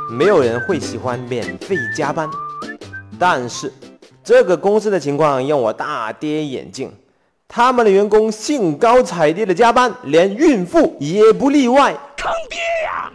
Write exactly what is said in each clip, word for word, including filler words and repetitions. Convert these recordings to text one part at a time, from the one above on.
没有人会喜欢免费加班。但是这个公司的情况让我大跌眼镜，他们的员工兴高采烈的加班，连孕妇也不例外。 坑爹呀！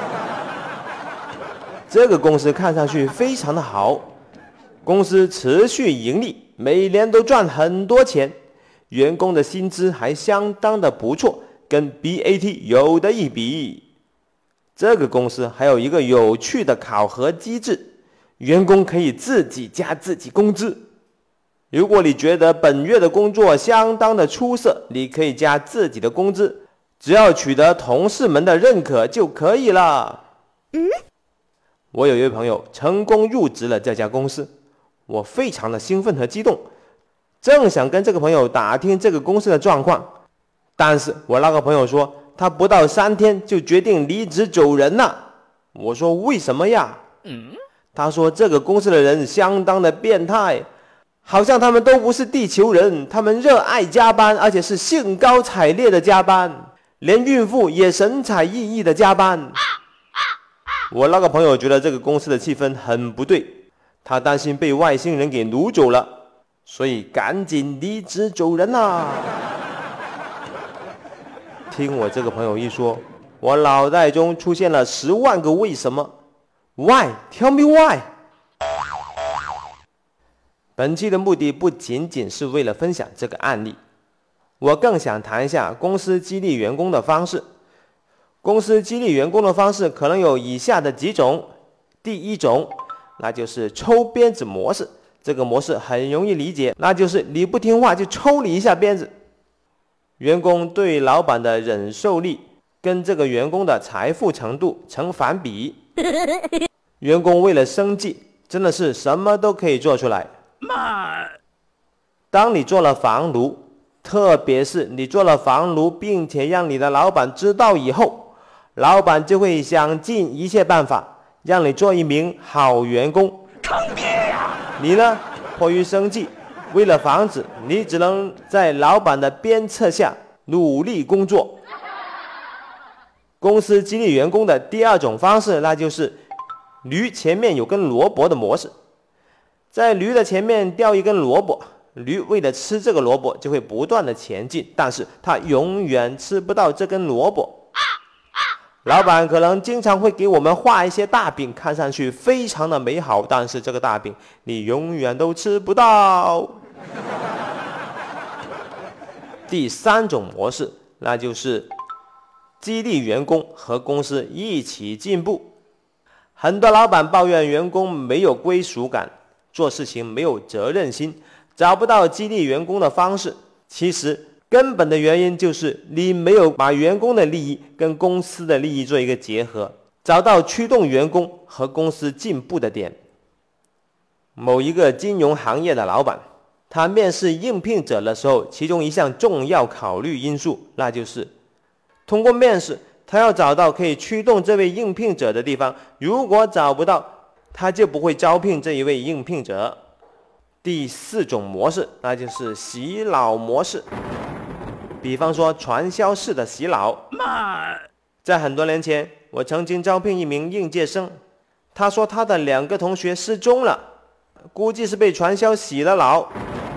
这个公司看上去非常的好，公司持续盈利，每年都赚很多钱，员工的薪资还相当的不错，跟 B A T 有的一比。这个公司还有一个有趣的考核机制，员工可以自己加自己工资。如果你觉得本月的工作相当的出色，你可以加自己的工资，只要取得同事们的认可就可以了。 嗯， 我有一位朋友成功入职了这家公司，我非常的兴奋和激动，正想跟这个朋友打听这个公司的状况，但是我那个朋友说他不到三天就决定离职走人了。我说为什么呀？ 嗯， 他说这个公司的人相当的变态，好像他们都不是地球人，他们热爱加班，而且是兴高采烈的加班，连孕妇也神采奕奕的加班。我那个朋友觉得这个公司的气氛很不对，他担心被外星人给掳走了，所以赶紧离职走人啊。听我这个朋友一说，我脑袋中出现了十万个为什么。 Why? Tell me why. 本期的目的不仅仅是为了分享这个案例，我更想谈一下公司激励员工的方式。公司激励员工的方式可能有以下的几种。第一种，那就是抽鞭子模式。这个模式很容易理解，那就是你不听话就抽你一下鞭子。员工对老板的忍受力跟这个员工的财富程度成反比。员工为了生计，真的是什么都可以做出来。 妈， 当你做了房奴，特别是你做了房奴，并且让你的老板知道以后，老板就会想尽一切办法让你做一名好员工。 坑爹呀！ 你呢，迫于生计，为了房子，你只能在老板的鞭策下努力工作。公司激励员工的第二种方式，那就是驴前面有根萝卜的模式。在驴的前面吊一根萝卜，驴为了吃这个萝卜就会不断的前进，但是它永远吃不到这根萝卜。老板可能经常会给我们画一些大饼，看上去非常的美好，但是这个大饼你永远都吃不到。第三种模式，那就是激励员工和公司一起进步。很多老板抱怨员工没有归属感，做事情没有责任心，找不到激励员工的方式。其实根本的原因就是你没有把员工的利益跟公司的利益做一个结合，找到驱动员工和公司进步的点。某一个金融行业的老板，他面试应聘者的时候，其中一项重要考虑因素，那就是通过面试，他要找到可以驱动这位应聘者的地方，如果找不到，他就不会招聘这一位应聘者。第四种模式，那就是洗脑模式。比方说传销式的洗脑。 妈， 在很多年前，我曾经招聘一名应届生，他说他的两个同学失踪了，估计是被传销洗了脑。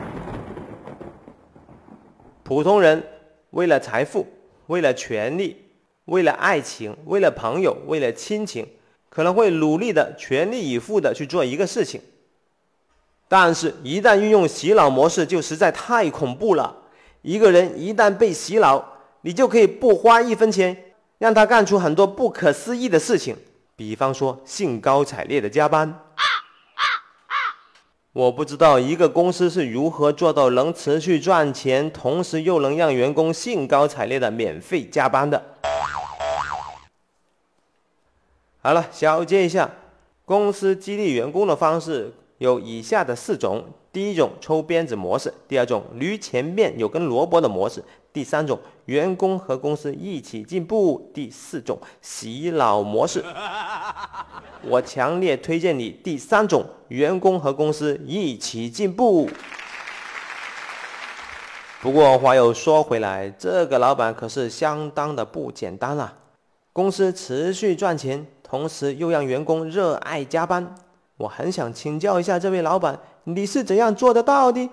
普通人为了财富，为了权利，为了爱情，为了朋友，为了亲情，可能会努力的全力以赴的去做一个事情，但是一旦运用洗脑模式就实在太恐怖了。一个人一旦被洗脑，你就可以不花一分钱让他干出很多不可思议的事情，比方说兴高采烈的加班。我不知道一个公司是如何做到能持续赚钱，同时又能让员工兴高采烈的免费加班的。好了，小结一下，公司激励员工的方式有以下的四种。第一种，抽鞭子模式；第二种，驴前面有根萝卜的模式；第三种，员工和公司一起进步；第四种，洗脑模式。我强烈推荐你第三种，员工和公司一起进步。不过话又说回来，这个老板可是相当的不简单啊。公司持续赚钱， 同时又让员工热爱加班。我很想请教一下这位老板，你是怎样做得到的？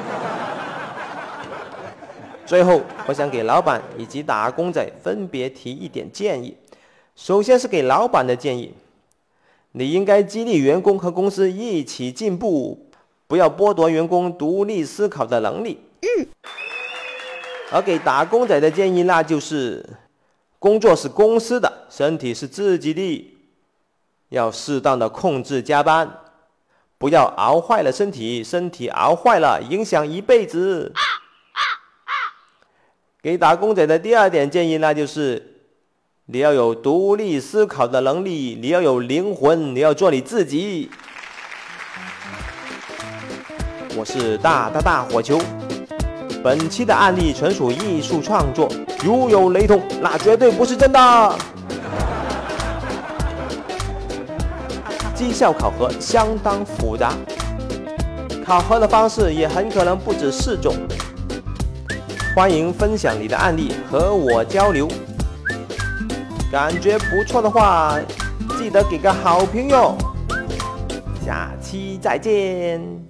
最后，我想给老板以及打工仔分别提一点建议。首先是给老板的建议，你应该激励员工和公司一起进步，不要剥夺员工独立思考的能力。嗯。而给打工仔的建议，那就是工作是公司的，身体是自己的，要适当的控制加班，不要熬坏了身体，身体熬坏了影响一辈子。给打工仔的第二点建议，那就是你要有独立思考的能力，你要有灵魂，你要做你自己。我是大大大火球，本期的案例纯属艺术创作，如有雷同，那绝对不是真的。绩效考核相当复杂，考核的方式也很可能不止四种。欢迎分享你的案例和我交流，感觉不错的话，记得给个好评哟。下期再见。